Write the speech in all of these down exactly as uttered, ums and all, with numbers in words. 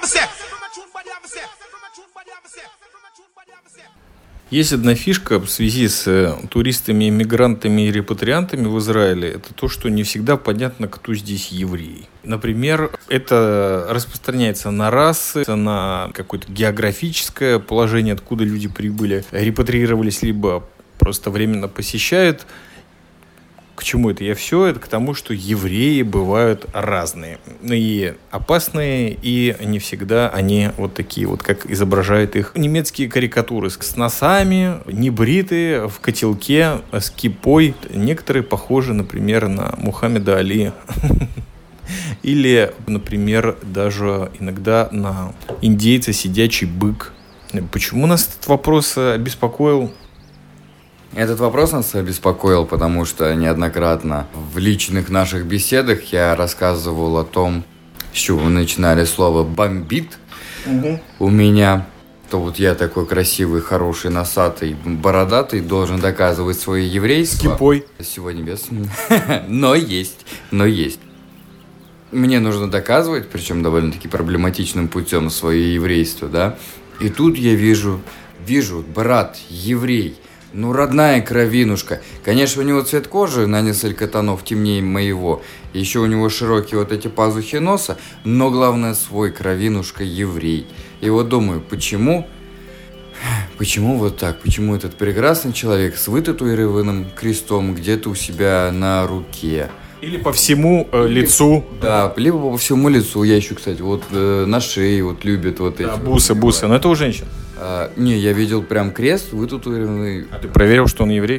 Есть одна фишка в связи с туристами, мигрантами и репатриантами в Израиле. Это то, что не всегда понятно, кто здесь еврей. Например, это распространяется на расы, на какое-то географическое положение, откуда люди прибыли, репатриировались, либо просто временно посещают. К чему это я все? Это к тому, что евреи бывают разные. И опасные, и не всегда они вот такие вот, как изображают их немецкие карикатуры. С носами, небритые, в котелке, с кипой. Некоторые похожи, например, на Мухаммеда Али. Или, например, даже иногда на индейца сидячий бык. Почему нас этот вопрос обеспокоил? Этот вопрос нас обеспокоил, потому что неоднократно в личных наших беседах я рассказывал о том, с чего вы начинали слово «бомбит» угу. у меня. То вот я такой красивый, хороший, носатый, бородатый, должен доказывать свое еврейство. С кипой. Сегодня без. Но есть, но есть. Мне нужно доказывать, причем довольно-таки проблематичным путем, свое еврейство, да. И тут я вижу, вижу, брат, еврей. Ну, родная кровинушка. Конечно, у него цвет кожи на несколько тонов темнее моего. Еще у него широкие вот эти пазухи носа. Но главное, свой кровинушка еврей. И вот думаю, почему... Почему вот так? Почему этот прекрасный человек с вытатуированным крестом где-то у себя на руке? Или по всему э, лицу. Да, либо по всему лицу. Я еще, кстати, вот э, на шее вот любят вот эти. Да, бусы, вот, бусы. Но это у женщин. А, не, я видел прям крест вытатуированный. А ты проверил, что он еврей?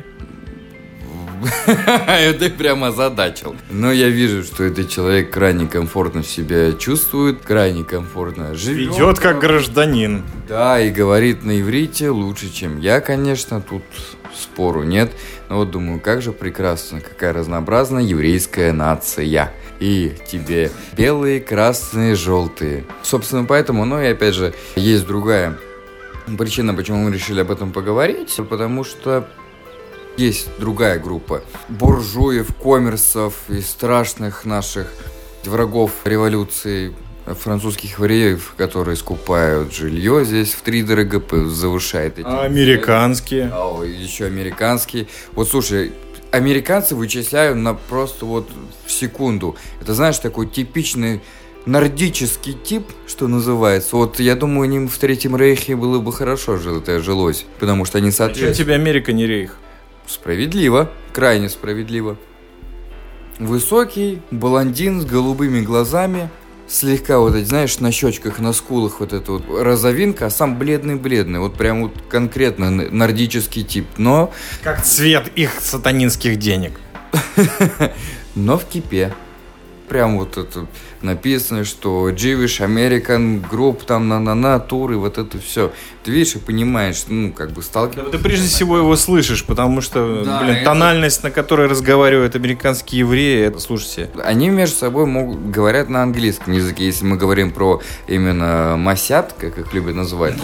Это прямо озадачил. Но я вижу, что этот человек крайне комфортно себя чувствует, крайне комфортно живет. Ведет как гражданин. Да, и говорит на иврите лучше, чем я, конечно, тут спору нет. Но вот думаю, как же прекрасно, какая разнообразная еврейская нация. И тебе белые, красные, желтые. Собственно, поэтому, ну и опять же, есть другая причина, почему мы решили об этом поговорить. Потому что есть другая группа буржуев, коммерсов и страшных наших врагов революции, французских евреев, которые скупают жилье здесь втридорога, завышает эти... А американские? А, еще американские. Вот слушай, американцы вычисляют на просто вот в секунду. Это, знаешь, такой типичный нордический тип, что называется. Вот я думаю, им в Третьем Рейхе было бы хорошо жилось, потому что они соответствуют. А чем тебе Америка не рейх? Справедливо, крайне справедливо. Высокий блондин с голубыми глазами, слегка вот эти, знаешь, на щечках, на скулах вот эта вот розовинка, а сам бледный-бледный, вот прям вот конкретно нордический тип, но... Как цвет их сатанинских денег. Но в кипе. Прям вот это написано, что Jewish American Group, там на-на-на, туры, вот это все. Ты видишь и понимаешь, ну, как бы сталкиваешься. Да, ты прежде всего его слышишь, потому что, да, блин, это... тональность, на которой разговаривают американские евреи, это, слушайте. Они между собой могут, говорят на английском языке, если мы говорим про именно масят, как их любят называть.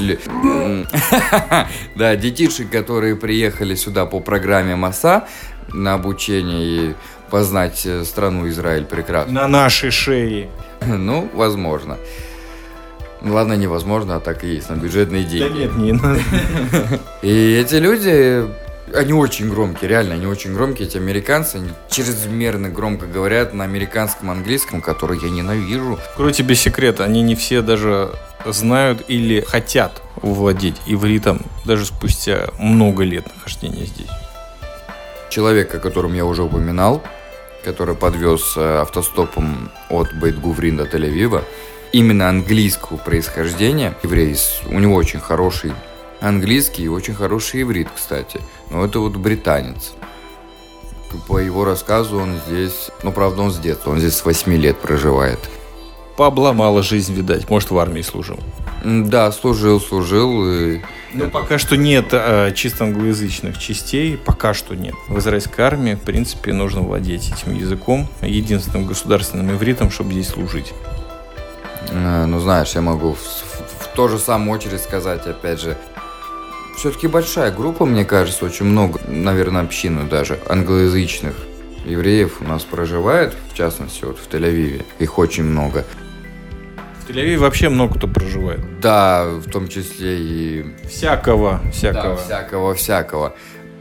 Да, детишек, которые приехали сюда по программе МАСА на обучение и познать страну Израиль прекрасно. На нашей шее. Ну, возможно. Ладно, невозможно, а так и есть, на бюджетные деньги. Да нет, не надо. И эти люди, они очень громкие, реально, они очень громкие, эти американцы, они чрезмерно громко говорят на американском английском, который я ненавижу. Открою тебе секрет, они не все даже знают или хотят владеть ивритом, даже спустя много лет нахождения здесь. Человек, о котором я уже упоминал, который подвез автостопом от Бейт-Гуврин до Тель-Авива, именно английского происхождения, еврей, у него очень хороший английский и очень хороший иврит, кстати, но это вот британец. По его рассказу он здесь, ну, правда, он с детства, он здесь с восьми лет проживает. Пообломала жизнь, видать, может, в армии служил. Да, служил, служил. И... Ну, пока что нет а, чисто англоязычных частей, пока что нет. В израильской армии, в принципе, нужно владеть этим языком, единственным государственным ивритом, чтобы здесь служить. А, ну, знаешь, я могу в, в, в ту же самую очередь сказать, опять же, все-таки большая группа, мне кажется, очень много, наверное, общину даже англоязычных евреев у нас проживает, в частности, вот в Тель-Авиве, их очень много. В Тель-Авиве вообще много кто проживает. Да, в том числе и... Всякого, всякого. Да, всякого, всякого.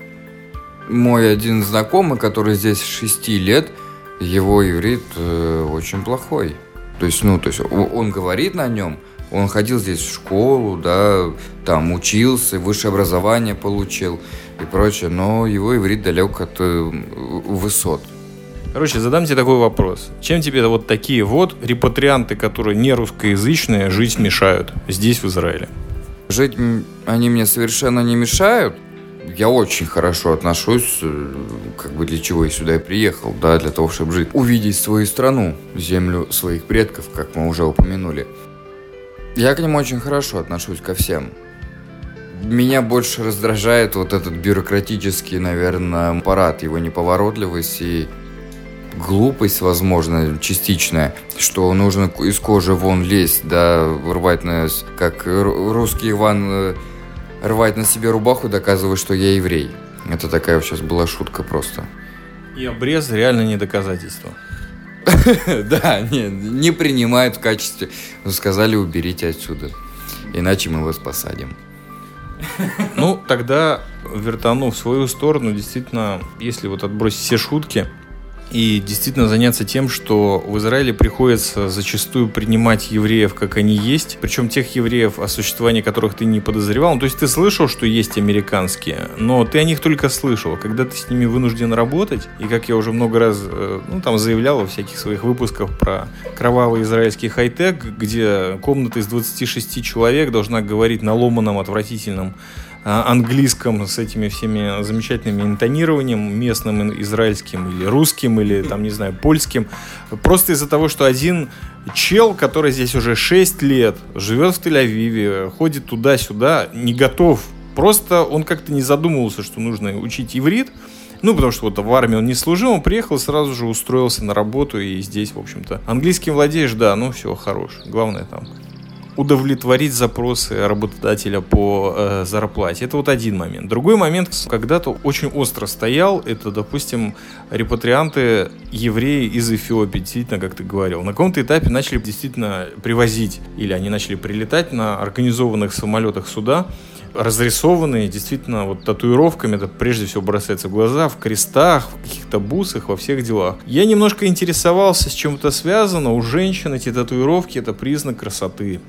Мой один знакомый, который здесь шести лет, его иврит э, очень плохой. То есть, ну, то есть он, он говорит на нем, он ходил здесь в школу, да, там учился, высшее образование получил и прочее, но его иврит далек от э, высот. Короче, задам тебе такой вопрос. Чем тебе вот такие вот репатрианты, которые не русскоязычные, жить мешают здесь, в Израиле? Жить они мне совершенно не мешают. Я очень хорошо отношусь, как бы для чего я сюда и приехал, да, для того, чтобы жить. Увидеть свою страну, землю своих предков, как мы уже упомянули. Я к ним очень хорошо отношусь ко всем. Меня больше раздражает вот этот бюрократический, наверное, аппарат, его неповоротливость и глупость, возможно, частичная, что нужно из кожи вон лезть, да, рвать на, как русский Иван, рвать на себе рубаху, доказывая, что я еврей. Это такая сейчас была шутка просто. И обрез реально не доказательство. Да, не принимают в качестве. Сказали, уберите отсюда, иначе мы вас посадим. Ну, тогда вертану в свою сторону, действительно, если вот отбросить все шутки и действительно заняться тем, что в Израиле приходится зачастую принимать евреев, как они есть, причем тех евреев, о существовании которых ты не подозревал. Ну, то есть ты слышал, что есть американские, но ты о них только слышал. Когда ты с ними вынужден работать, и как я уже много раз ну, там заявлял во всяких своих выпусках про кровавый израильский хай-тек, где комната из двадцати шести человек должна говорить на ломаном, отвратительном английском с этими всеми замечательными интонированием местным, израильским или русским, или там, не знаю, польским. Просто из-за того, что один чел, который здесь уже шесть лет, живет в Тель-Авиве, ходит туда-сюда, не готов. Просто он как-то не задумывался, что нужно учить иврит. Ну, потому что вот в армии он не служил, он приехал и сразу же устроился на работу, и здесь, в общем-то, английским владеешь, да, ну все, хорош. Главное там удовлетворить запросы работодателя по э, зарплате. Это вот один момент. Другой момент, когда-то очень остро стоял, это, допустим, репатрианты, евреи из Эфиопии, действительно, как ты говорил. На каком-то этапе начали действительно привозить, или они начали прилетать на организованных самолетах сюда, разрисованные действительно вот татуировками, это прежде всего бросается в глаза, в крестах, в каких-то бусах, во всех делах. Я немножко интересовался, с чем это связано. У женщин эти татуировки — это признак красоты,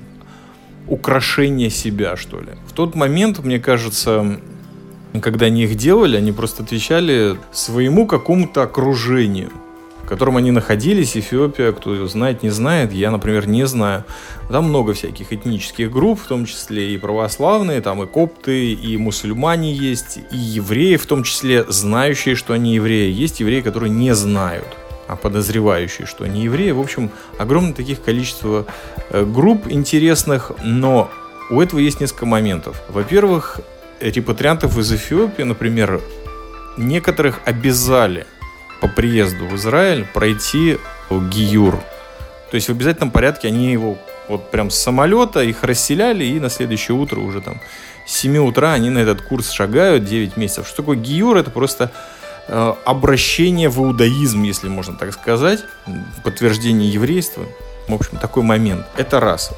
украшение себя, что ли. В тот момент, мне кажется, когда они их делали, они просто отвечали своему какому-то окружению, в котором они находились. Эфиопия, кто знает, не знает, я, например, не знаю. Там много всяких этнических групп, в том числе и православные, там и копты, и мусульмане есть, и евреи, в том числе знающие, что они евреи. Есть евреи, которые не знают, а подозревающие, что они евреи. В общем, огромное таких количество групп интересных, но у этого есть несколько моментов. Во-первых, репатриантов из Эфиопии, например, некоторых обязали по приезду в Израиль пройти гиюр. То есть в обязательном порядке они его вот прям с самолета, их расселяли, и на следующее утро уже там с семи утра они на этот курс шагают, девять месяцев. Что такое гиюр? Это просто э, обращение в иудаизм, если можно так сказать, подтверждение еврейства. В общем, такой момент. Это раз.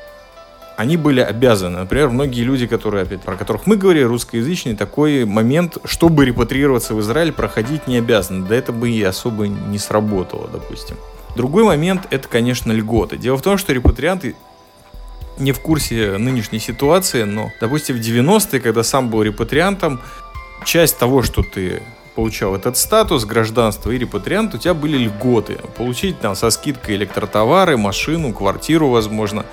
Они были обязаны. Например, многие люди, которые, опять, про которых мы говорили, русскоязычные, такой момент, чтобы репатрироваться в Израиль, проходить не обязаны. Да это бы и особо не сработало, допустим. Другой момент – это, конечно, льготы. Дело в том, что репатрианты не в курсе нынешней ситуации, но, допустим, в девяностые, когда сам был репатриантом, часть того, что ты получал этот статус, гражданство и репатриант, у тебя были льготы. Получить там со скидкой электротовары, машину, квартиру, возможно.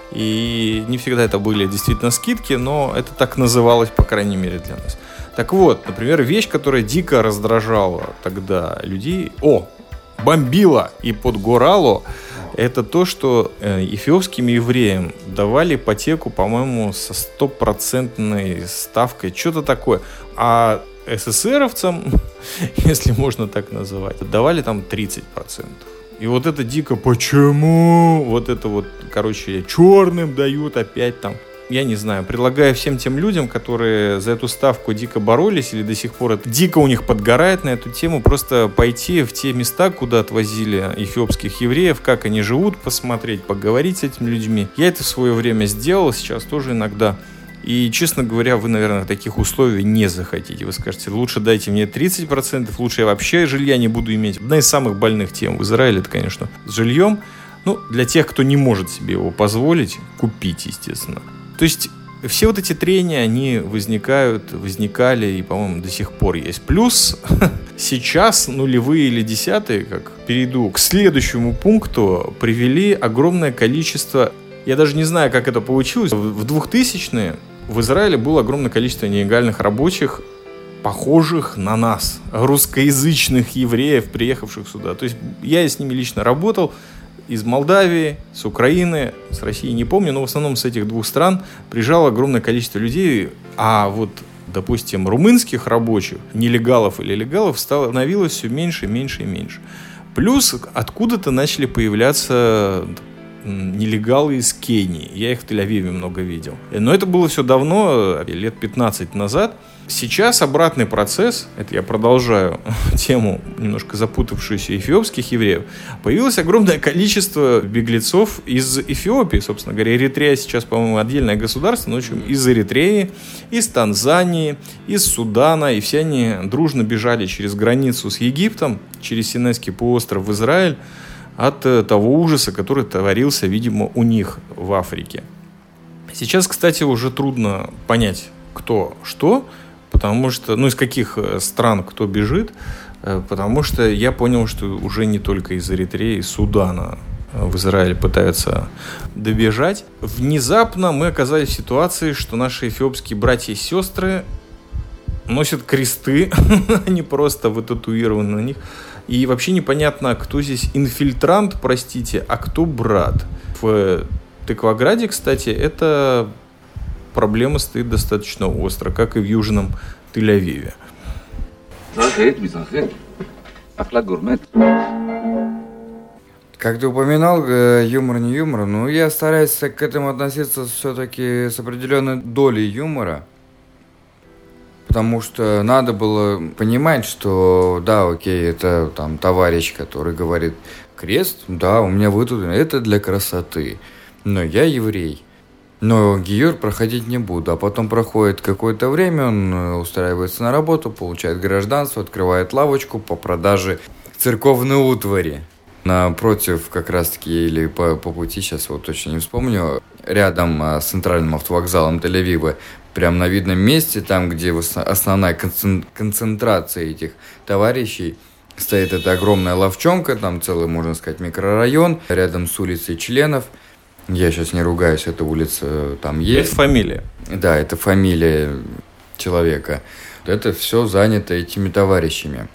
И не всегда это были действительно скидки, но это так называлось, по крайней мере, для нас. Так вот, например, вещь, которая дико раздражала тогда людей, о, бомбила и подгорало, это то, что эфиопским евреям давали ипотеку, по-моему, со стопроцентной ставкой, что-то такое. А эсэсэровцам, если можно так называть, давали там тридцать процентов. И вот это дико, почему? Вот это вот, короче, черным дают опять там. я не знаю, предлагаю всем тем людям, которые за эту ставку дико боролись или до сих пор это дико у них подгорает на эту тему, просто пойти в те места, куда отвозили эфиопских евреев, как они живут, посмотреть, поговорить с этими людьми. Я это в свое время сделал, сейчас тоже иногда. И, честно говоря, вы, наверное, таких условий не захотите. Вы скажете, лучше дайте мне тридцать процентов, лучше я вообще жилья не буду иметь. Одна из самых больных тем в Израиле, это, конечно, с жильем. Ну, для тех, кто не может себе его позволить, купить, естественно. То есть, все вот эти трения, они возникают, возникали и, по-моему, до сих пор есть. Плюс, сейчас нулевые или десятые, как перейду к следующему пункту, привели огромное количество... Я даже не знаю, как это получилось. В двухтысячные в Израиле было огромное количество нелегальных рабочих, похожих на нас, русскоязычных евреев, приехавших сюда. То есть я с ними лично работал, из Молдавии, с Украины, с России, не помню, но в основном с этих двух стран приезжало огромное количество людей, а вот, допустим, румынских рабочих, нелегалов или легалов, становилось все меньше, меньше и меньше. Плюс откуда-то начали появляться нелегалы из Кении. Я их в Тель-Авиве много видел. Но это было все давно, лет пятнадцать назад. Сейчас обратный процесс, это я продолжаю тему немножко запутавшуюся эфиопских евреев, появилось огромное количество беглецов из Эфиопии, собственно говоря. Эритрея сейчас, по-моему, отдельное государство, но в общем из Эритреи, из Танзании, из Судана, и все они дружно бежали через границу с Египтом, через Синайский полуостров в Израиль, от того ужаса, который творился, видимо, у них в Африке. Сейчас, кстати, уже трудно понять, кто что, потому что, ну, из каких стран кто бежит, потому что я понял, что уже не только из Эритреи, из Судана в Израиль пытаются добежать. Внезапно мы оказались в ситуации, что наши эфиопские братья и сестры носят кресты, они просто вытатуированы на них. И вообще непонятно, кто здесь инфильтрант, простите, а кто брат. В Тыкваграде, кстати, эта проблема стоит достаточно остро, как и в Южном Тель-Авиве. Как ты упоминал, юмор не юмор, но я стараюсь к этому относиться все-таки с определенной долей юмора. Потому что надо было понимать, что да, окей, это там товарищ, который говорит крест, да, у меня вытатуировано, это для красоты. Но я еврей. Но гиюр проходить не буду. А потом проходит какое-то время, он устраивается на работу, получает гражданство, открывает лавочку по продаже церковной утвари. Напротив, как раз-таки, или по, по пути, сейчас вот точно не вспомню, рядом с центральным автовокзалом Тель-Авива, прямо на видном месте, там, где основная концентрация этих товарищей, стоит эта огромная лавчонка, там целый, можно сказать, микрорайон, рядом с улицей Членов. Я сейчас не ругаюсь, эта улица там есть. Это фамилия. Да, это фамилия человека. Это все занято этими товарищами.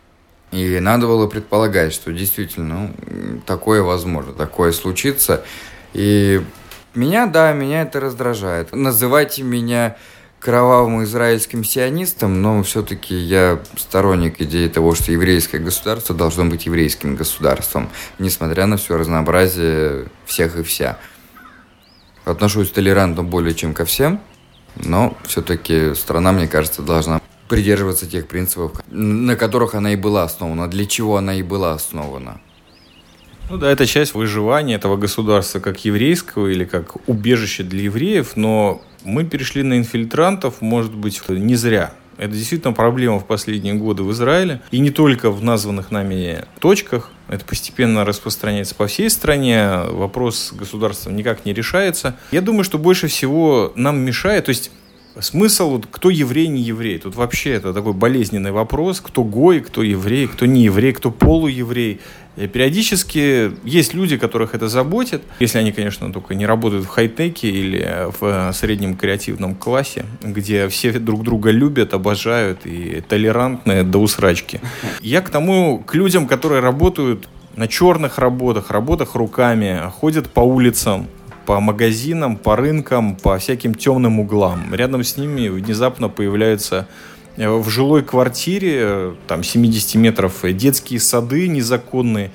И надо было предполагать, что действительно ну, такое возможно, такое случится. И меня, да, меня это раздражает. Называйте меня кровавым израильским сионистом, но все-таки я сторонник идеи того, что еврейское государство должно быть еврейским государством, несмотря на все разнообразие всех и вся. Отношусь толерантно более чем ко всем, но все-таки страна, мне кажется, должна придерживаться тех принципов, на которых она и была основана, для чего она и была основана. Ну да, это часть выживания этого государства как еврейского или как убежище для евреев, но мы перешли на инфильтрантов, может быть, не зря. Это действительно проблема в последние годы в Израиле. И не только в названных нами точках. Это постепенно распространяется по всей стране. Вопрос с государством никак не решается. Я думаю, что больше всего нам мешает... То есть смысл, вот, кто еврей, не еврей. Тут вообще это такой болезненный вопрос. Кто гой, кто еврей, кто не еврей, кто полуеврей. И периодически есть люди, которых это заботит. Если они, конечно, только не работают в хай-теке или в среднем креативном классе, где все друг друга любят, обожают и толерантные до усрачки. Я к тому, к людям, которые работают на черных работах, работах руками, ходят по улицам, по магазинам, по рынкам, по всяким темным углам. Рядом с ними внезапно появляются в жилой квартире, там, семьдесят метров, детские сады незаконные, в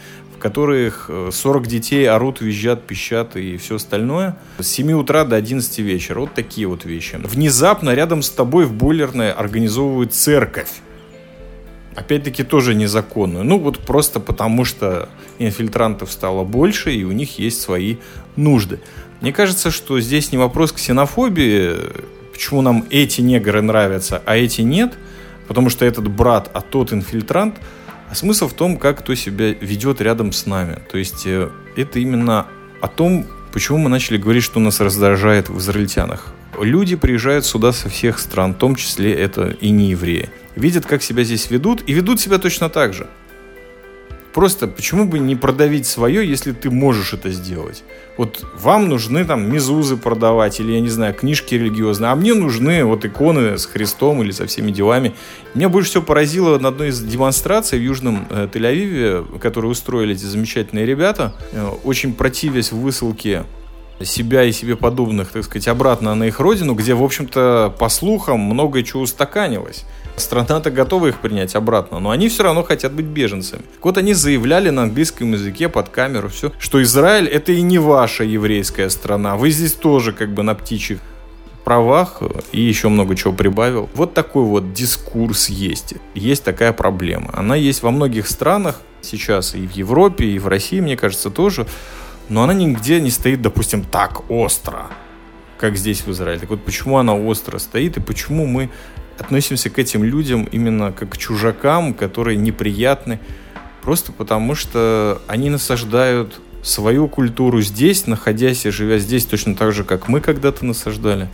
которых сорок детей орут, визжат, пищат и все остальное, с семи утра до одиннадцати вечера. Вот такие вот вещи. Внезапно рядом с тобой в бойлерной организовывают церковь. Опять-таки тоже незаконную. Ну вот просто потому, что инфильтрантов стало больше, и у них есть свои нужды. Мне кажется, что здесь не вопрос ксенофобии, почему нам эти негры нравятся, а эти нет, потому что этот брат, а тот инфильтрант. А смысл в том, как кто себя ведет рядом с нами. То есть это именно о том, почему мы начали говорить, что нас раздражает в израильтянах. Люди приезжают сюда со всех стран, в том числе это и не евреи. Видят, как себя здесь ведут, и ведут себя точно так же. Просто почему бы не продавить свое, если ты можешь это сделать? Вот вам нужны там мезузы продавать, или, я не знаю, книжки религиозные, а мне нужны вот иконы с Христом или со всеми делами. Меня больше всего поразило на одной из демонстраций в Южном э, Тель-Авиве, которую устроили эти замечательные ребята, э, очень противясь высылке себя и себе подобных, так сказать, обратно на их родину, где, в общем-то, по слухам, многое чего устаканилось. Страна-то готова их принять обратно, но они все равно хотят быть беженцами. Вот они заявляли на английском языке под камеру все, что Израиль — это и не ваша еврейская страна. Вы здесь тоже как бы на птичьих правах, и еще много чего прибавил. Вот такой вот дискурс есть. Есть такая проблема. Она есть во многих странах сейчас, и в Европе, и в России, мне кажется, тоже. Но она нигде не стоит, допустим, так остро, как здесь в Израиле. Так вот, почему она остро стоит, и почему мы относимся к этим людям именно как к чужакам, которые неприятны, просто потому что они насаждают свою культуру здесь, находясь и живя здесь, точно так же, как мы когда-то насаждали.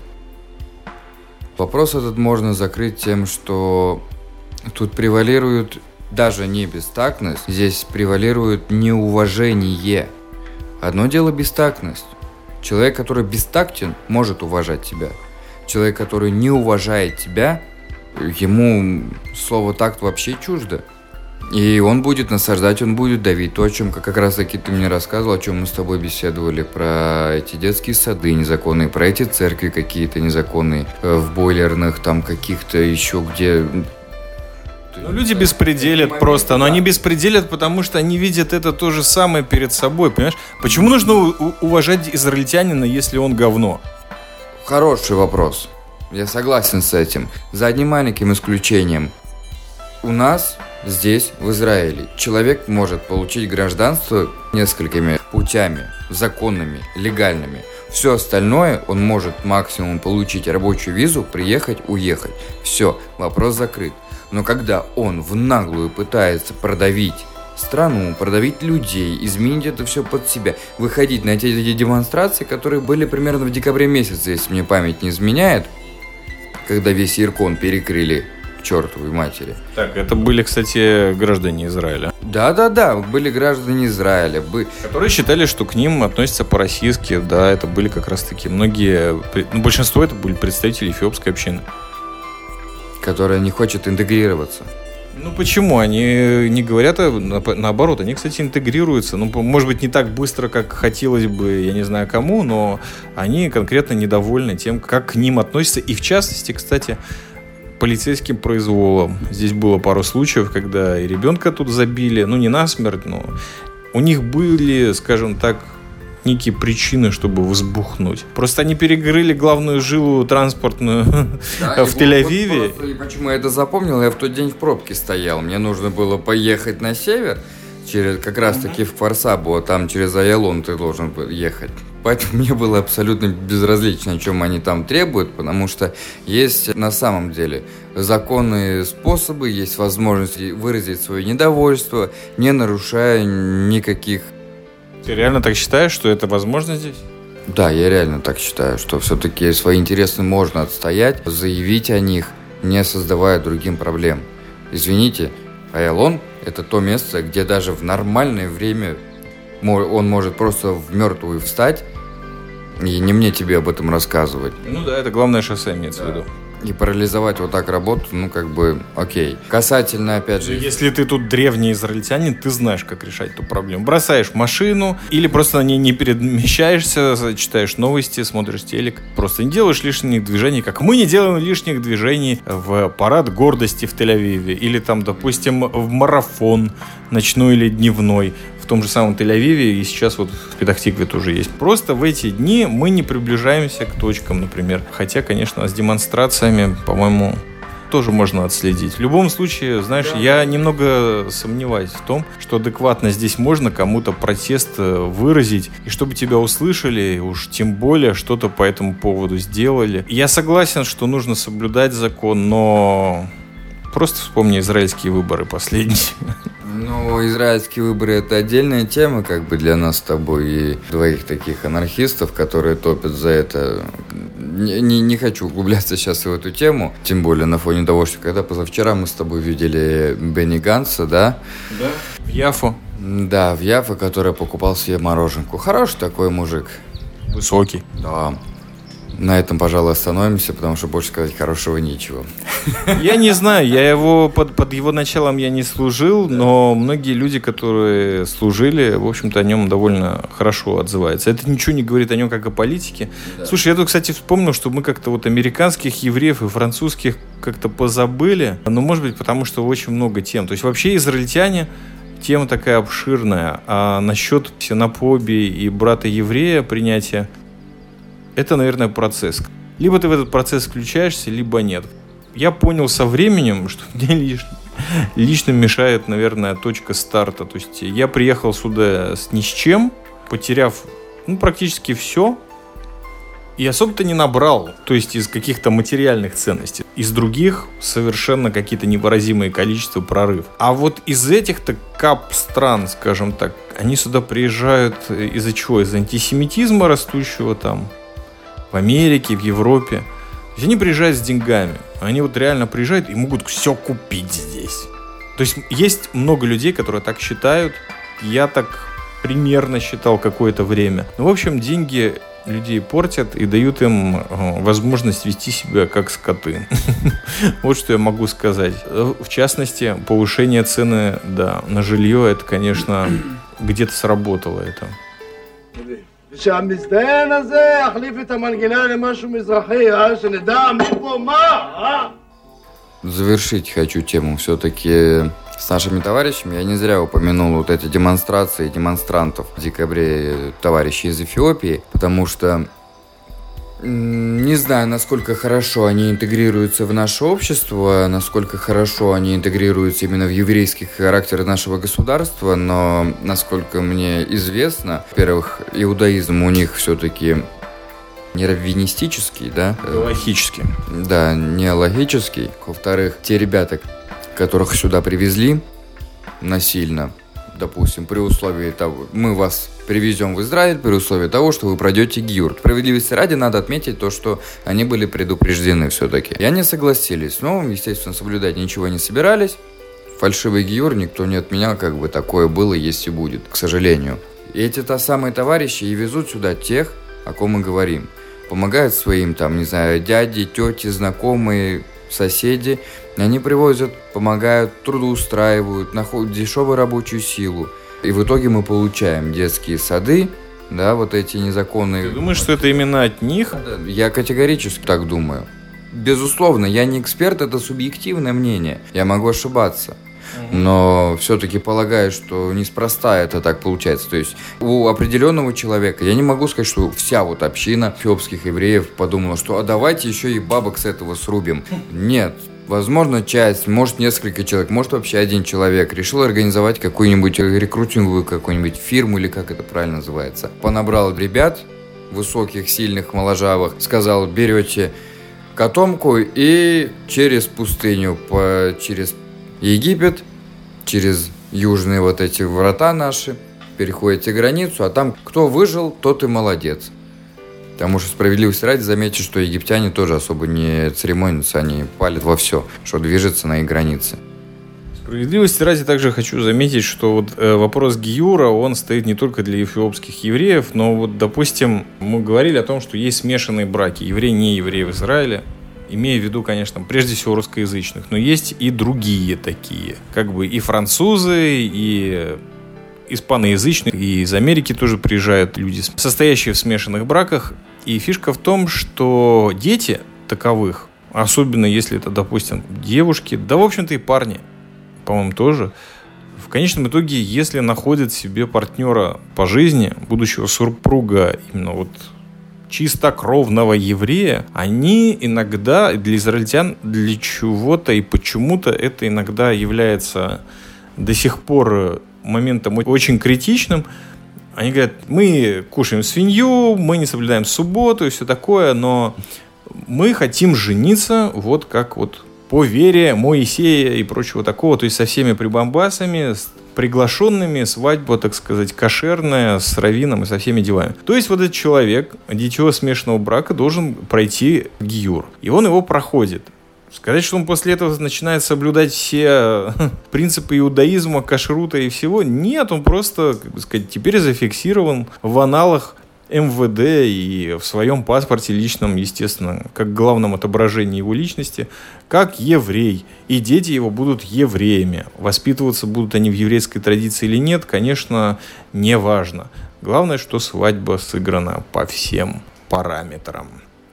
Вопрос этот можно закрыть тем, что тут превалирует даже не бестактность, здесь превалирует неуважение. Одно дело бестактность. Человек, который бестактен, может уважать тебя. Человек, который не уважает тебя, ему слово такт вообще чуждо. И он будет насаждать, он будет давить. То, о чем как раз таки ты мне рассказывал, о чем мы с тобой беседовали, про эти детские сады незаконные, про эти церкви какие-то незаконные, в бойлерных там каких-то еще где... Ну, люди беспределят просто, но они беспределят, потому что они видят это то же самое перед собой, понимаешь? Почему нужно у- уважать израильтянина, если он говно? Хороший вопрос. Я согласен с этим. За одним маленьким исключением. У нас здесь, в Израиле, человек может получить гражданство несколькими путями, законными, легальными. Все остальное он может максимум получить рабочую визу, приехать, уехать. Все, вопрос закрыт. Но когда он в наглую пытается продавить страну, продавить людей, изменить это все под себя, выходить на эти, эти демонстрации, которые были примерно в декабре месяце, если мне память не изменяет, когда весь Иркон перекрыли к чертовой матери. Так, это были, кстати, граждане Израиля. Да-да-да, были граждане Израиля. Бы... Которые считали, что к ним относятся по-российски. Да, это были как раз-таки многие... Ну, большинство это были представители эфиопской общины. Которая не хочет интегрироваться. Ну почему? Они не говорят, а наоборот. Они, кстати, интегрируются. Ну, может быть, не так быстро, как хотелось бы, я не знаю кому, но они конкретно недовольны тем, как к ним относятся. И в частности, кстати, полицейским произволом. Здесь было пару случаев, когда и ребенка тут забили. Ну, не насмерть, но у них были, скажем так, некие причины, чтобы взбухнуть. Просто они перекрыли главную жилу транспортную да, в Тель-Авиве. Вот, и почему я это запомнил? Я в тот день в пробке стоял. Мне нужно было поехать на север, через, как раз-таки в Кфар-Сабу, а там через Айалон ты должен был ехать. Поэтому мне было абсолютно безразлично, о чем они там требуют, потому что есть на самом деле законные способы, есть возможность выразить свое недовольство, не нарушая никаких... Ты реально так считаешь, что это возможно здесь? Да, я реально так считаю, что все-таки свои интересы можно отстоять, заявить о них, не создавая другим проблем. Извините, Айалон – это то место, где даже в нормальное время он может просто в мертвую встать, и не мне тебе об этом рассказывать. Ну да, это главное шоссе имеется да. в виду. И парализовать вот так работу, ну, как бы, окей. Касательно, опять же... Если ты тут древний израильтянин, ты знаешь, как решать эту проблему. Бросаешь машину или просто на ней не перемещаешься, читаешь новости, смотришь телек. Просто не делаешь лишних движений, как мы не делаем лишних движений в парад гордости в Тель-Авиве. Или там, допустим, в марафон ночной или дневной. В том же самом Тель-Авиве, и сейчас вот в Петах-Тикве тоже есть. Просто в эти дни мы не приближаемся к точкам, например. Хотя, конечно, с демонстрациями, по-моему, тоже можно отследить. В любом случае, знаешь, да. я немного сомневаюсь в том, что адекватно здесь можно кому-то протест выразить, и чтобы тебя услышали, уж тем более что-то по этому поводу сделали. Я согласен, что нужно соблюдать закон, но просто вспомни израильские выборы последние. Ну, израильские выборы – это отдельная тема, как бы для нас с тобой и двоих таких анархистов, которые топят за это. Не, не, не хочу углубляться сейчас в эту тему, тем более на фоне того, что когда позавчера мы с тобой видели Бенни Ганса, да? Да. В Яфу. Да, в Яфу, который покупал себе мороженку. Хороший такой мужик. Высокий. Да. На этом, пожалуй, остановимся, потому что больше сказать хорошего нечего. Я не знаю, я его под, под его началом я не служил, но многие люди, которые служили, в общем-то, о нем довольно хорошо отзываются. Это ничего не говорит о нем как о политике. Да. Слушай, я тут, кстати, вспомнил, что мы как-то вот американских евреев и французских как-то позабыли, но, может быть, потому что очень много тем. То есть вообще израильтяне тема такая обширная, а насчет ксенофобии и брата-еврея принятия, это, наверное, процесс. Либо ты в этот процесс включаешься, либо нет. Я понял со временем, что мне лично, лично мешает, наверное, точка старта. То есть я приехал сюда с ни с чем, потеряв ну, практически все, и особо-то не набрал, то есть из каких-то материальных ценностей. Из других совершенно какие-то невыразимые количества прорыв. А вот из этих-то кап стран, скажем так, они сюда приезжают из-за чего? Из-за антисемитизма растущего там, в Америке, в Европе. То есть они приезжают с деньгами. Они вот реально приезжают и могут все купить здесь. То есть есть много людей, которые так считают. Я так примерно считал какое-то время. Ну, в общем, деньги людей портят и дают им возможность вести себя как скоты. Вот что я могу сказать. В частности, повышение цены да, на жилье, это, конечно, где-то сработало это. ושהמזדיין הזה יחליף את המנגינה למשהו מזרחי, אה? שנדע מי פה מה, אה? Завершить хочу тему все-таки с нашими товарищами. Я не зря упомянул вот эти демонстрации демонстрантов в декабре, товарищей из Эфиопии, потому что не знаю, насколько хорошо они интегрируются в наше общество, насколько хорошо они интегрируются именно в еврейский характер нашего государства, но, насколько мне известно, во-первых, иудаизм у них все-таки не раввинистический, да? Логический. Да, не логический. Во-вторых, те ребята, которых сюда привезли насильно, допустим, при условии того, мы вас привезем в Израиль при условии того, что вы пройдете гиюр. Справедливости ради надо отметить то, что они были предупреждены все-таки. И они согласились, но, естественно, соблюдать ничего не собирались. Фальшивый гиюр никто не отменял, как бы такое было, есть и будет, к сожалению. И эти-то самые товарищи и везут сюда тех, о ком мы говорим. Помогают своим, там, не знаю, дяди, тети, знакомые, соседи. Они привозят, помогают, трудоустраивают, находят дешевую рабочую силу. И в итоге мы получаем детские сады, да, вот эти незаконные... Ты думаешь, что это именно от них? Я категорически так думаю. Безусловно, я не эксперт, это субъективное мнение. Я могу ошибаться. Но все-таки полагаю, что неспроста это так получается. То есть у определенного человека, я не могу сказать, что вся вот община эфиопских евреев подумала, что а давайте еще и бабок с этого срубим. Нет. Возможно, часть, может, несколько человек, может, вообще один человек решил организовать какую-нибудь рекрутинговую какую-нибудь фирму, или как это правильно называется. Понабрал ребят, высоких, сильных, моложавых, сказал, берете котомку и через пустыню, по, через Египет, через южные вот эти врата наши, переходите границу, а там кто выжил, тот и молодец. Потому что справедливости ради заметьте, что египтяне тоже особо не церемонятся, они палят во все, что движется на их границе. Справедливости ради также хочу заметить, что вот э, вопрос гиюра, он стоит не только для эфиопских евреев, но вот, допустим, мы говорили о том, что есть смешанные браки, евреи, не евреи в Израиле, имея в виду, конечно, прежде всего русскоязычных, но есть и другие такие, как бы и французы, и испаноязычные, и из Америки тоже приезжают люди, состоящие в смешанных браках. И фишка в том, что дети таковых, особенно если это, допустим, девушки, да, в общем-то, и парни, по-моему, тоже, конечном итоге, если находит себе партнера по жизни, будущего супруга, именно вот чистокровного еврея, они иногда для израильтян для чего-то и почему-то это иногда является до сих пор моментом очень критичным. Они говорят, мы кушаем свинью, мы не соблюдаем субботу и все такое, но мы хотим жениться вот как вот по вере Моисея и прочего такого, то есть со всеми прибамбасами, с приглашенными, свадьба, так сказать, кошерная, с раввином и со всеми делами. То есть вот этот человек, дитё смешанного брака, должен пройти гиюр, и он его проходит. Сказать, что он после этого начинает соблюдать все принципы иудаизма, кашрута и всего, нет, он просто, как бы сказать, теперь зафиксирован в аналах эм вэ дэ и в своем паспорте личном, естественно, как главном отображении его личности, как еврей. И дети его будут евреями. Воспитываться будут они в еврейской традиции или нет, конечно, не важно. Главное, что свадьба сыграна по всем параметрам.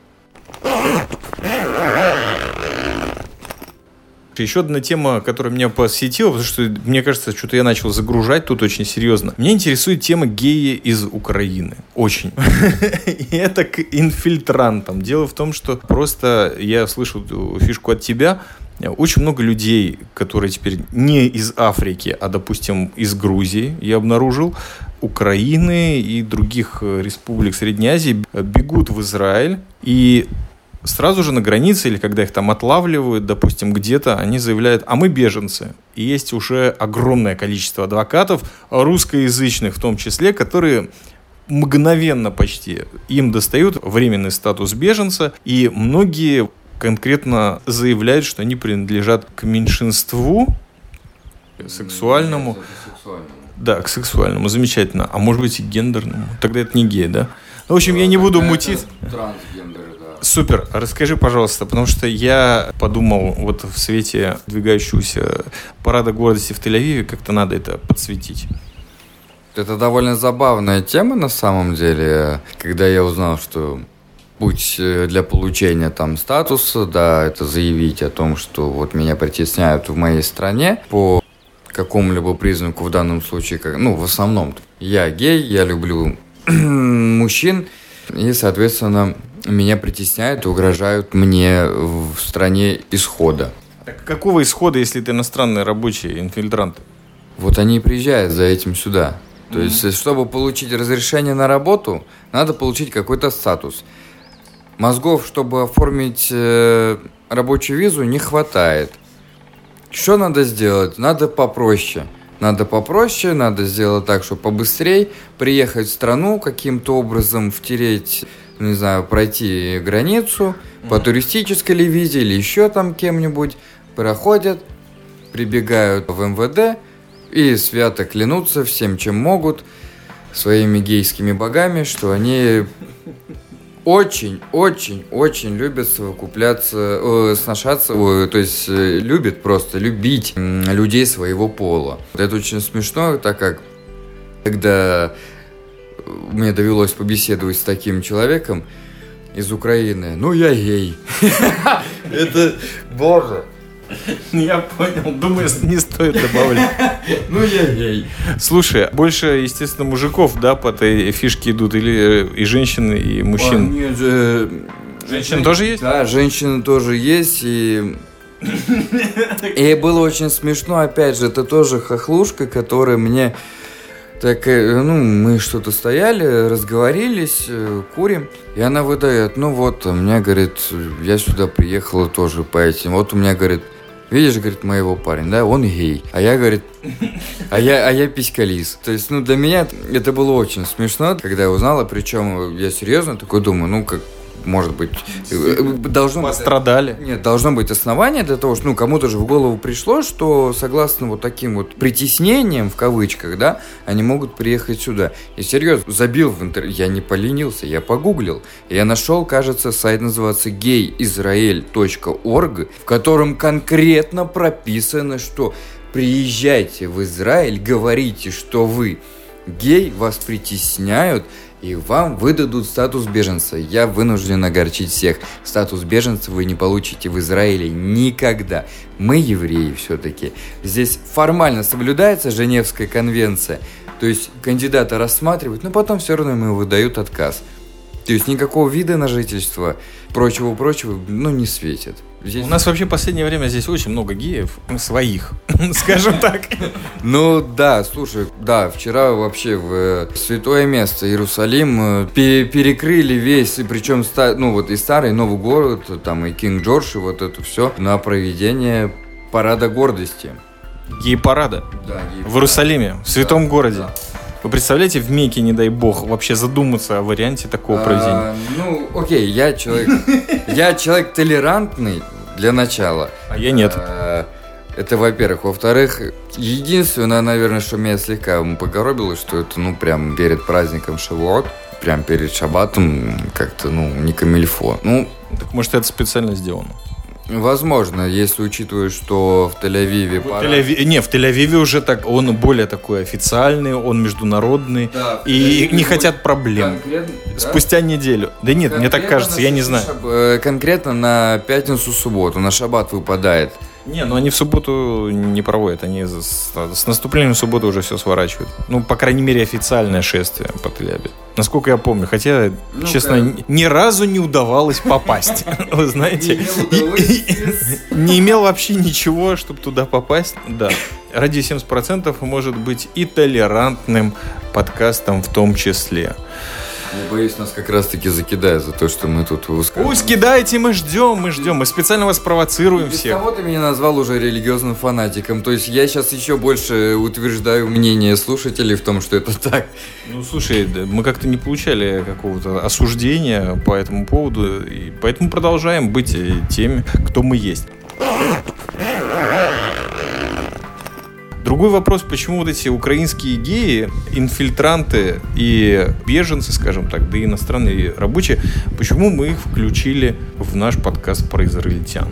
Еще одна тема, которая меня посетила, потому что, мне кажется, что-то я начал загружать тут очень серьезно. Меня интересует тема геи из Украины. Очень. И это к инфильтрантам. Дело в том, что просто я слышал эту фишку от тебя. Очень много людей, которые теперь не из Африки, а, допустим, из Грузии, я обнаружил, Украины и других республик Средней Азии, бегут в Израиль и сразу же на границе, или когда их там отлавливают, допустим, где-то, они заявляют, а мы беженцы. И есть уже огромное количество адвокатов, русскоязычных в том числе, которые мгновенно почти им достают временный статус беженца, и многие конкретно заявляют, что они принадлежат к меньшинству сексуальному. Да, к сексуальному, замечательно. А может быть и гендерному. Тогда это не гей, да? Ну, в общем, я не буду мутить. Трансгендеры. Супер. Расскажи, пожалуйста, потому что я подумал, вот в свете двигающегося парада гордости в Тель-Авиве, как-то надо это подсветить. Это довольно забавная тема на самом деле, когда я узнал, что путь для получения там статуса, да, это заявить о том, что вот меня притесняют в моей стране по какому-либо признаку, в данном случае, как, ну, в основном, я гей, я люблю мужчин, и, соответственно, меня притесняют и угрожают мне в стране исхода. Так какого исхода, если ты иностранный рабочий, инфильтрант? Вот они и приезжают за этим сюда. То mm-hmm. есть, чтобы получить разрешение на работу, надо получить какой-то статус. Мозгов, чтобы оформить э, рабочую визу, не хватает. Что надо сделать? Надо попроще. Надо попроще, надо сделать так, чтобы побыстрее приехать в страну, каким-то образом втереть, не знаю, пройти границу по туристической ли визе или еще там кем-нибудь, проходят, прибегают в эм вэ дэ и свято клянутся всем, чем могут, своими гейскими богами, что они очень-очень-очень любят совокупляться, э, сношаться, э, то есть э, любят просто любить э, людей своего пола. Это очень смешно, так как когда мне довелось побеседовать с таким человеком из Украины, ну я гей. Это, боже. Я понял, думаю, не стоит добавлять. Ну я гей. Слушай, больше, естественно, мужиков, да, по этой фишке идут, или и женщин, и мужчин? Нет, же... Женщины тоже есть? Да, женщины тоже есть, и... И было очень смешно, опять же, это тоже хохлушка, которая мне... Так, ну, мы что-то стояли, разговорились, курим, и она выдает, ну вот, у меня, говорит, я сюда приехала тоже по этим, вот у меня, говорит, видишь, говорит, моего парня, да, он гей, а я, говорит, а я, а я писькалист. То есть, ну, для меня это было очень смешно, когда я узнала, причем я серьезно такой думаю, ну, как, может быть, должно пострадали. Быть, нет, должно быть основание для того, что, ну, кому-то же в голову пришло, что согласно вот таким вот притеснениям, в кавычках, да, они могут приехать сюда. И серьезно, забил в интернет, я не поленился, я погуглил, я нашел, кажется, сайт называется гей израиль точка орг, в котором конкретно прописано, что приезжайте в Израиль, говорите, что вы гей, вас притесняют, и вам выдадут статус беженца. Я вынужден огорчить всех. Статус беженца вы не получите в Израиле никогда. Мы евреи все-таки. Здесь формально соблюдается Женевская конвенция. То есть кандидата рассматривают, но потом все равно ему выдают отказ. То есть никакого вида на жительство, прочего-прочего, ну, не светит. Здесь... У нас вообще в последнее время здесь очень много геев, своих, скажем так. Ну да, слушай, да, вчера вообще в святое место Иерусалим перекрыли весь, причем, ну вот и старый, и новый город, там и Кинг Джордж, и вот это все, на проведение парада гордости. Гей-парада? Да, гей-парада. В Иерусалиме, в святом да, городе. Да. Вы представляете, в Мекке, не дай бог, вообще задуматься о варианте такого а, проведения? Ну, окей, я человек, я человек толерантный для начала. А я нет. А, это, во-первых. Во-вторых, единственное, наверное, что меня слегка покоробило, что это, ну, прям перед праздником Шавуот, прям перед Шаббатом, как-то, ну, не камильфо. Ну, так может, это специально сделано? Возможно, если учитывая, что в Тель-Авиве... В Тель-Ави... Не, в Тель-Авиве уже так, он более такой официальный, он международный, да, и не хотят проблем. Конкретно, спустя да? неделю. Да нет, конкретно мне так кажется, я не знаю. Шаб... Конкретно на пятницу-субботу, на шаббат выпадает. Не, ну они в субботу не проводят, они с, с наступлением субботы уже все сворачивают. Ну, по крайней мере, официальное шествие по Тель-Авиву. Насколько я помню, хотя, ну, честно, ни разу не удавалось попасть, вы знаете. Не имел вообще ничего, чтобы туда попасть. Да. Радио семьдесят процентов может быть и толерантным подкастом в том числе. Я боюсь, нас как раз-таки закидают за то, что мы тут высказываем. Пусть кидайте, мы ждем, мы ждем. Мы специально вас провоцируем всех. Без того ты меня назвал уже религиозным фанатиком. То есть я сейчас еще больше утверждаю мнение слушателей в том, что это так. Ну, слушай, мы как-то не получали какого-то осуждения по этому поводу. И поэтому продолжаем быть теми, кто мы есть. Другой вопрос, почему вот эти украинские геи, инфильтранты и беженцы, скажем так, да и иностранные рабочие, почему мы их включили в наш подкаст про израильтян?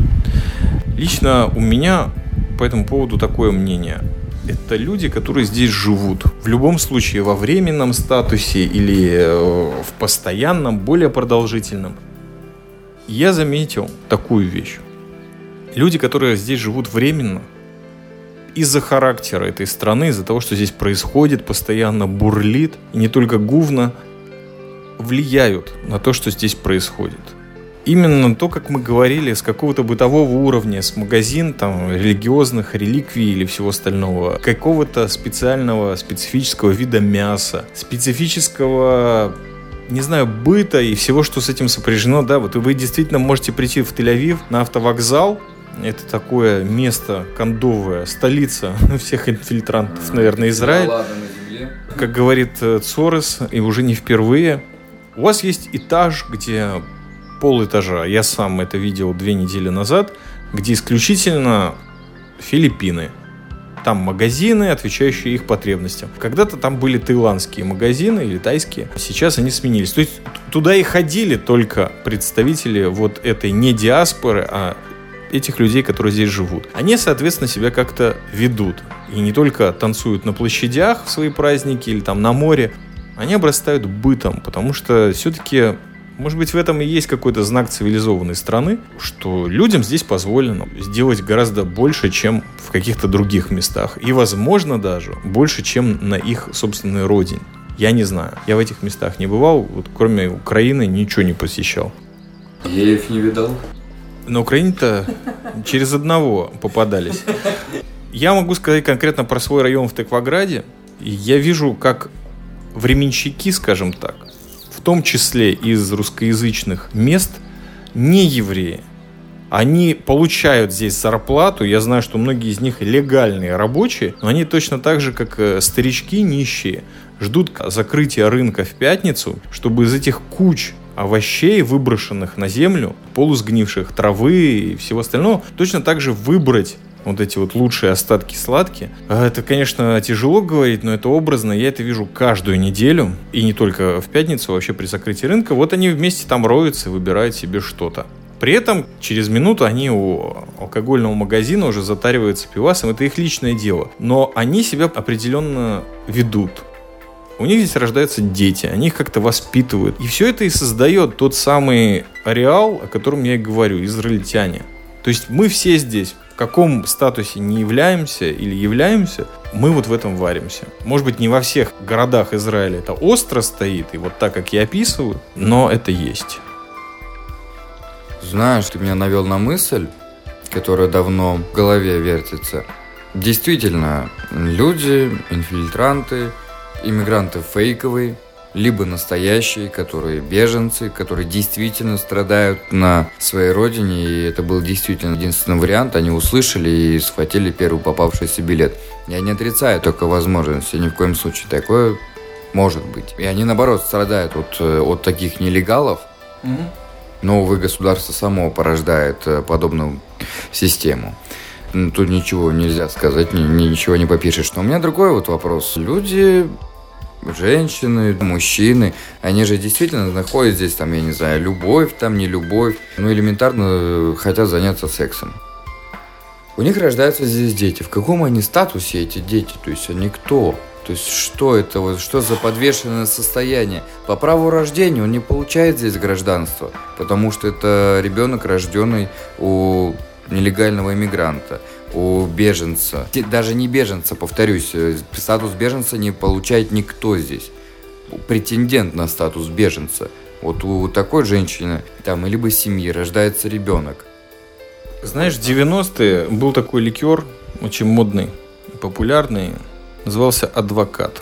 Лично у меня по этому поводу такое мнение. Это люди, которые здесь живут. В любом случае, во временном статусе или в постоянном, более продолжительном. Я заметил такую вещь. Люди, которые здесь живут временно, из-за характера этой страны, из-за того, что здесь происходит, постоянно бурлит, и не только гувно, влияют на то, что здесь происходит. Именно то, как мы говорили, с какого-то бытового уровня, с магазин там, религиозных реликвий или всего остального, какого-то специального, специфического вида мяса, специфического, не знаю, быта и всего, что с этим сопряжено. Да, вот вы действительно можете прийти в Тель-Авив на автовокзал. Это такое место кондовое, столица всех инфильтрантов, наверное, Израиля. Как говорит Цорес, и уже не впервые. У вас есть этаж, где полэтажа, я сам это видел две недели назад, где исключительно Филиппины. Там магазины, отвечающие их потребностям. Когда-то там были таиландские магазины или тайские. Сейчас они сменились. То есть туда и ходили только представители вот этой не диаспоры, а этих людей, которые здесь живут. Они, соответственно, себя как-то ведут. И не только танцуют на площадях в свои праздники или там на море. Они обрастают бытом, потому что все-таки, может быть, в этом и есть какой-то знак цивилизованной страны, что людям здесь позволено сделать гораздо больше, чем в каких-то других местах. И, возможно, даже больше, чем на их собственной родине. Я не знаю. Я в этих местах не бывал. Вот, кроме Украины ничего не посещал. Я их не видал. На Украине-то через одного попадались. Я могу сказать конкретно про свой район в Текваграде. Я вижу, как временщики, скажем так, в том числе из русскоязычных мест, не евреи, они получают здесь зарплату. Я знаю, что многие из них легальные рабочие, но они точно так же, как старички нищие, ждут закрытия рынка в пятницу, чтобы из этих куч овощей, выброшенных на землю, полусгнивших травы и всего остального, точно так же выбрать вот эти вот лучшие остатки сладкие. Это, конечно, тяжело говорить, но это образно. Я это вижу каждую неделю, и не только в пятницу, а вообще при закрытии рынка. Вот они вместе там роются и выбирают себе что-то. При этом через минуту они у алкогольного магазина уже затариваются пивасом. Это их личное дело. Но они себя определенно ведут. У них здесь рождаются дети, они их как-то воспитывают. И все это и создает тот самый ареал, о котором я и говорю, израильтяне. То есть мы все здесь, в каком статусе не являемся или являемся, мы вот в этом варимся. Может быть, не во всех городах Израиля это остро стоит, и вот так, как я описываю, но это есть. Знаешь, ты меня навел на мысль, которая давно в голове вертится. Действительно, люди, инфильтранты, иммигранты фейковые, либо настоящие, которые беженцы, которые действительно страдают на своей родине, и это был действительно единственный вариант, они услышали и схватили первый попавшийся билет. Я не отрицаю только возможности, ни в коем случае такое может быть. И они, наоборот, страдают от, от таких нелегалов, mm-hmm. но, увы, государство само порождает подобную систему. Тут ничего нельзя сказать, ничего не попишешь. Но у меня другой вот вопрос. Люди... Женщины, мужчины, они же действительно находят здесь, там, я не знаю, любовь, там, не любовь, ну, элементарно хотят заняться сексом. У них рождаются здесь дети. В каком они статусе, эти дети? То есть они кто? То есть что это, вот, что за подвешенное состояние? По праву рождения он не получает здесь гражданство, потому что это ребенок, рожденный у нелегального иммигранта, у беженца. Даже не беженца, повторюсь, статус беженца не получает никто здесь. Претендент на статус беженца. Вот у такой женщины, там, либо семьи рождается ребенок. Знаешь, в девяностые был такой ликер, очень модный, популярный, назывался «Адвокат».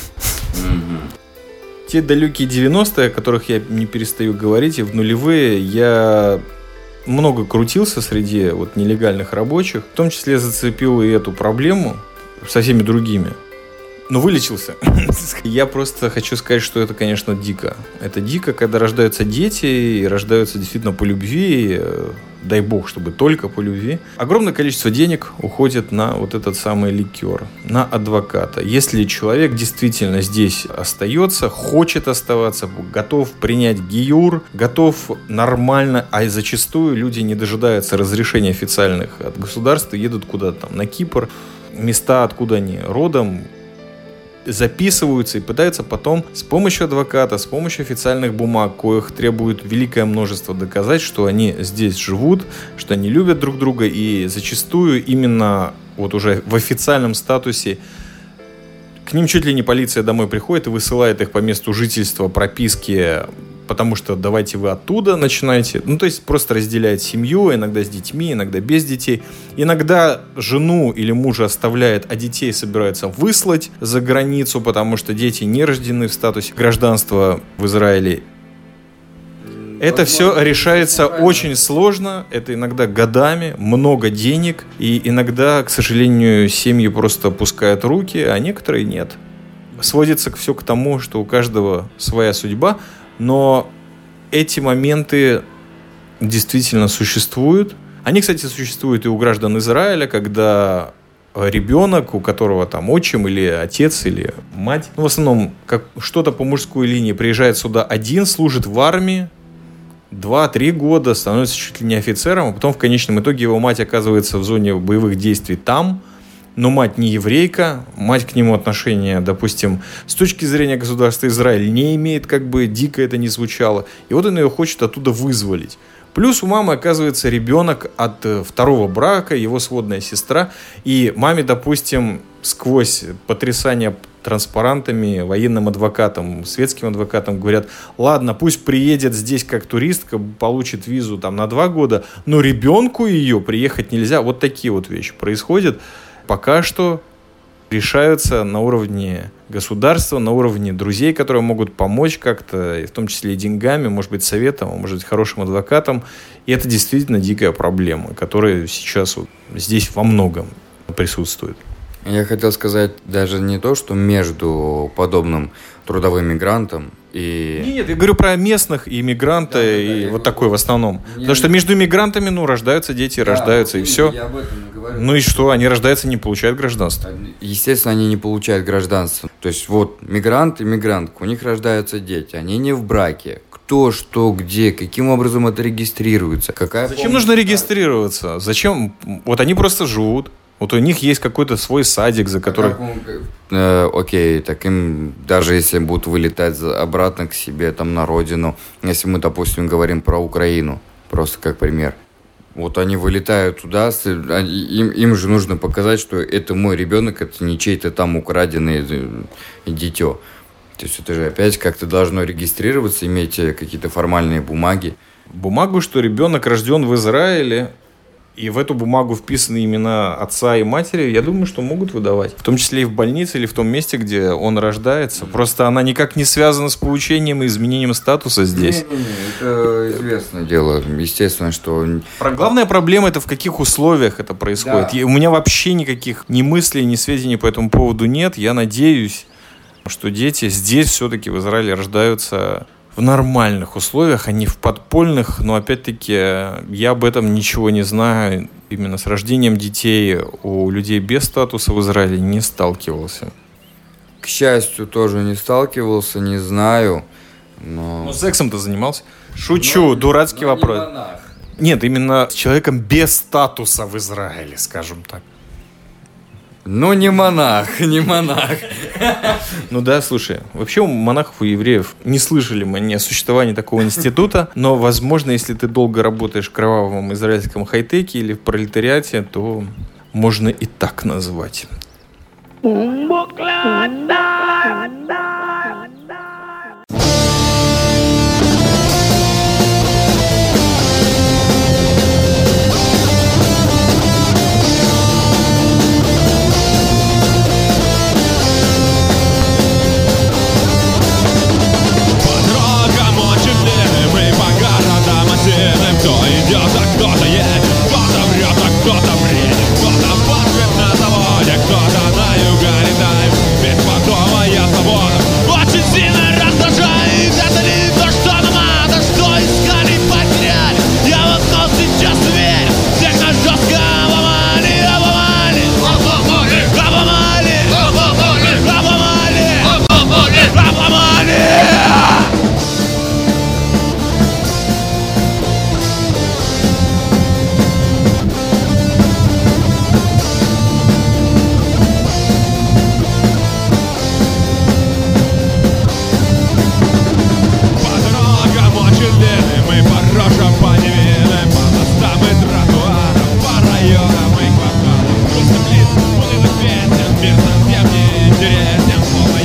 Mm-hmm. Те далекие девяностые, о которых я не перестаю говорить, и в нулевые я... много крутился среди вот нелегальных рабочих, в том числе зацепил и эту проблему со всеми другими, но вылечился. Я просто хочу сказать, что это, конечно, дико. Это дико, когда рождаются дети и рождаются действительно по любви, дай бог, чтобы только по любви. Огромное количество денег уходит на вот этот самый ликер, на адвоката. Если человек действительно здесь остается, хочет оставаться, готов принять гиюр, готов нормально, а и зачастую люди не дожидаются разрешения официальных от государства, едут куда-то там на Кипр, места, откуда они родом, записываются и пытаются потом с помощью адвоката, с помощью официальных бумаг, коих требует великое множество, доказать, что они здесь живут, что они любят друг друга, и зачастую именно вот уже в официальном статусе к ним чуть ли не полиция домой приходит и высылает их по месту жительства, прописки, потому что давайте вы оттуда начинаете. Ну, то есть просто разделяет семью, иногда с детьми, иногда без детей. Иногда жену или мужа оставляет, а детей собираются выслать за границу, потому что дети не рождены в статусе гражданства в Израиле. Это все решается очень сложно, это иногда годами, много денег, и иногда, к сожалению, семьи просто опускают руки, а некоторые нет. Сводится все к тому, что у каждого своя судьба, но эти моменты действительно существуют. Они, кстати, существуют и у граждан Израиля, когда ребенок, у которого там отчим или отец или мать, ну, в основном как что-то по мужской линии, приезжает сюда один, служит в армии, два-три года, становится чуть ли не офицером, а потом в конечном итоге его мать оказывается в зоне боевых действий там, но мать не еврейка, мать к нему отношения, допустим, с точки зрения государства Израиль не имеет, как бы дико это ни звучало, и вот он ее хочет оттуда вызволить. Плюс у мамы оказывается ребенок от второго брака, его сводная сестра, и маме, допустим, сквозь потрясание транспарантами, военным адвокатом, светским адвокатом говорят: ладно, пусть приедет здесь как туристка, получит визу там на два года, но ребенку ее приехать нельзя. Вот такие вот вещи происходят. Пока что решаются на уровне государства, на уровне друзей, которые могут помочь как-то, в том числе и деньгами, может быть, советом, может быть, хорошим адвокатом. И это действительно дикая проблема, которая сейчас вот здесь во многом присутствует. Я хотел сказать даже не то, что между подобным трудовым мигрантом и... Нет, я говорю про местных и иммигранта, да, и да, вот такой в основном. Я... Потому что между иммигрантами, ну, рождаются дети, да, рождаются, и все. Я об этом и говорю. Ну и что, они рождаются, не получают гражданство. Естественно, они не получают гражданство. То есть вот мигрант и мигрантка, у них рождаются дети, они не в браке. Кто, что, где, каким образом это регистрируется? Какая Зачем помощь? Нужно регистрироваться? Зачем? Вот они просто живут. Вот у них есть какой-то свой садик, за который... Э, окей, так им, даже если будут вылетать обратно к себе, там, на родину, если мы, допустим, говорим про Украину, просто как пример, вот они вылетают туда, им, им же нужно показать, что это мой ребенок, это не чей-то там украденный дитё. То есть это же опять как-то должно регистрироваться, иметь какие-то формальные бумаги. Бумагу, что ребенок рожден в Израиле, и в эту бумагу вписаны имена отца и матери, я думаю, что могут выдавать. В том числе и в больнице или в том месте, где он рождается. Просто она никак не связана с получением и изменением статуса здесь. Не-не-не, это известное дело. Естественно, что... Главная проблема — это в каких условиях это происходит. Да. У меня вообще никаких ни мыслей, ни сведений по этому поводу нет. Я надеюсь, что дети здесь все-таки в Израиле рождаются в нормальных условиях, а не в подпольных. Но опять-таки я об этом ничего не знаю. Именно с рождением детей у людей без статуса в Израиле не сталкивался. К счастью, тоже не сталкивался, не знаю. Но... Ну, сексом-то занимался? Шучу, но, дурацкий но вопрос. Не Нет, именно с человеком без статуса в Израиле, скажем так. Ну, не монах, не монах. Ну да, слушай, вообще у монахов, у евреев не слышали мы ни о существовании такого института, но, возможно, если ты долго работаешь в кровавом израильском хай-теке или в пролетариате, то можно и так назвать. Кто идет, а кто-то едет, кто-то врет, а кто-то бредит, кто-то пашет на заводе, кто-то на юга летает. Без потома я свобода очень сильно раздражает. Это не то, что нам надо, что искали, потеряли. Я вот но сейчас верю, всех нас жестко обломали, обломали, обломали, обломали, обломали, обломали, обломали. Мир совсем не интересен, словно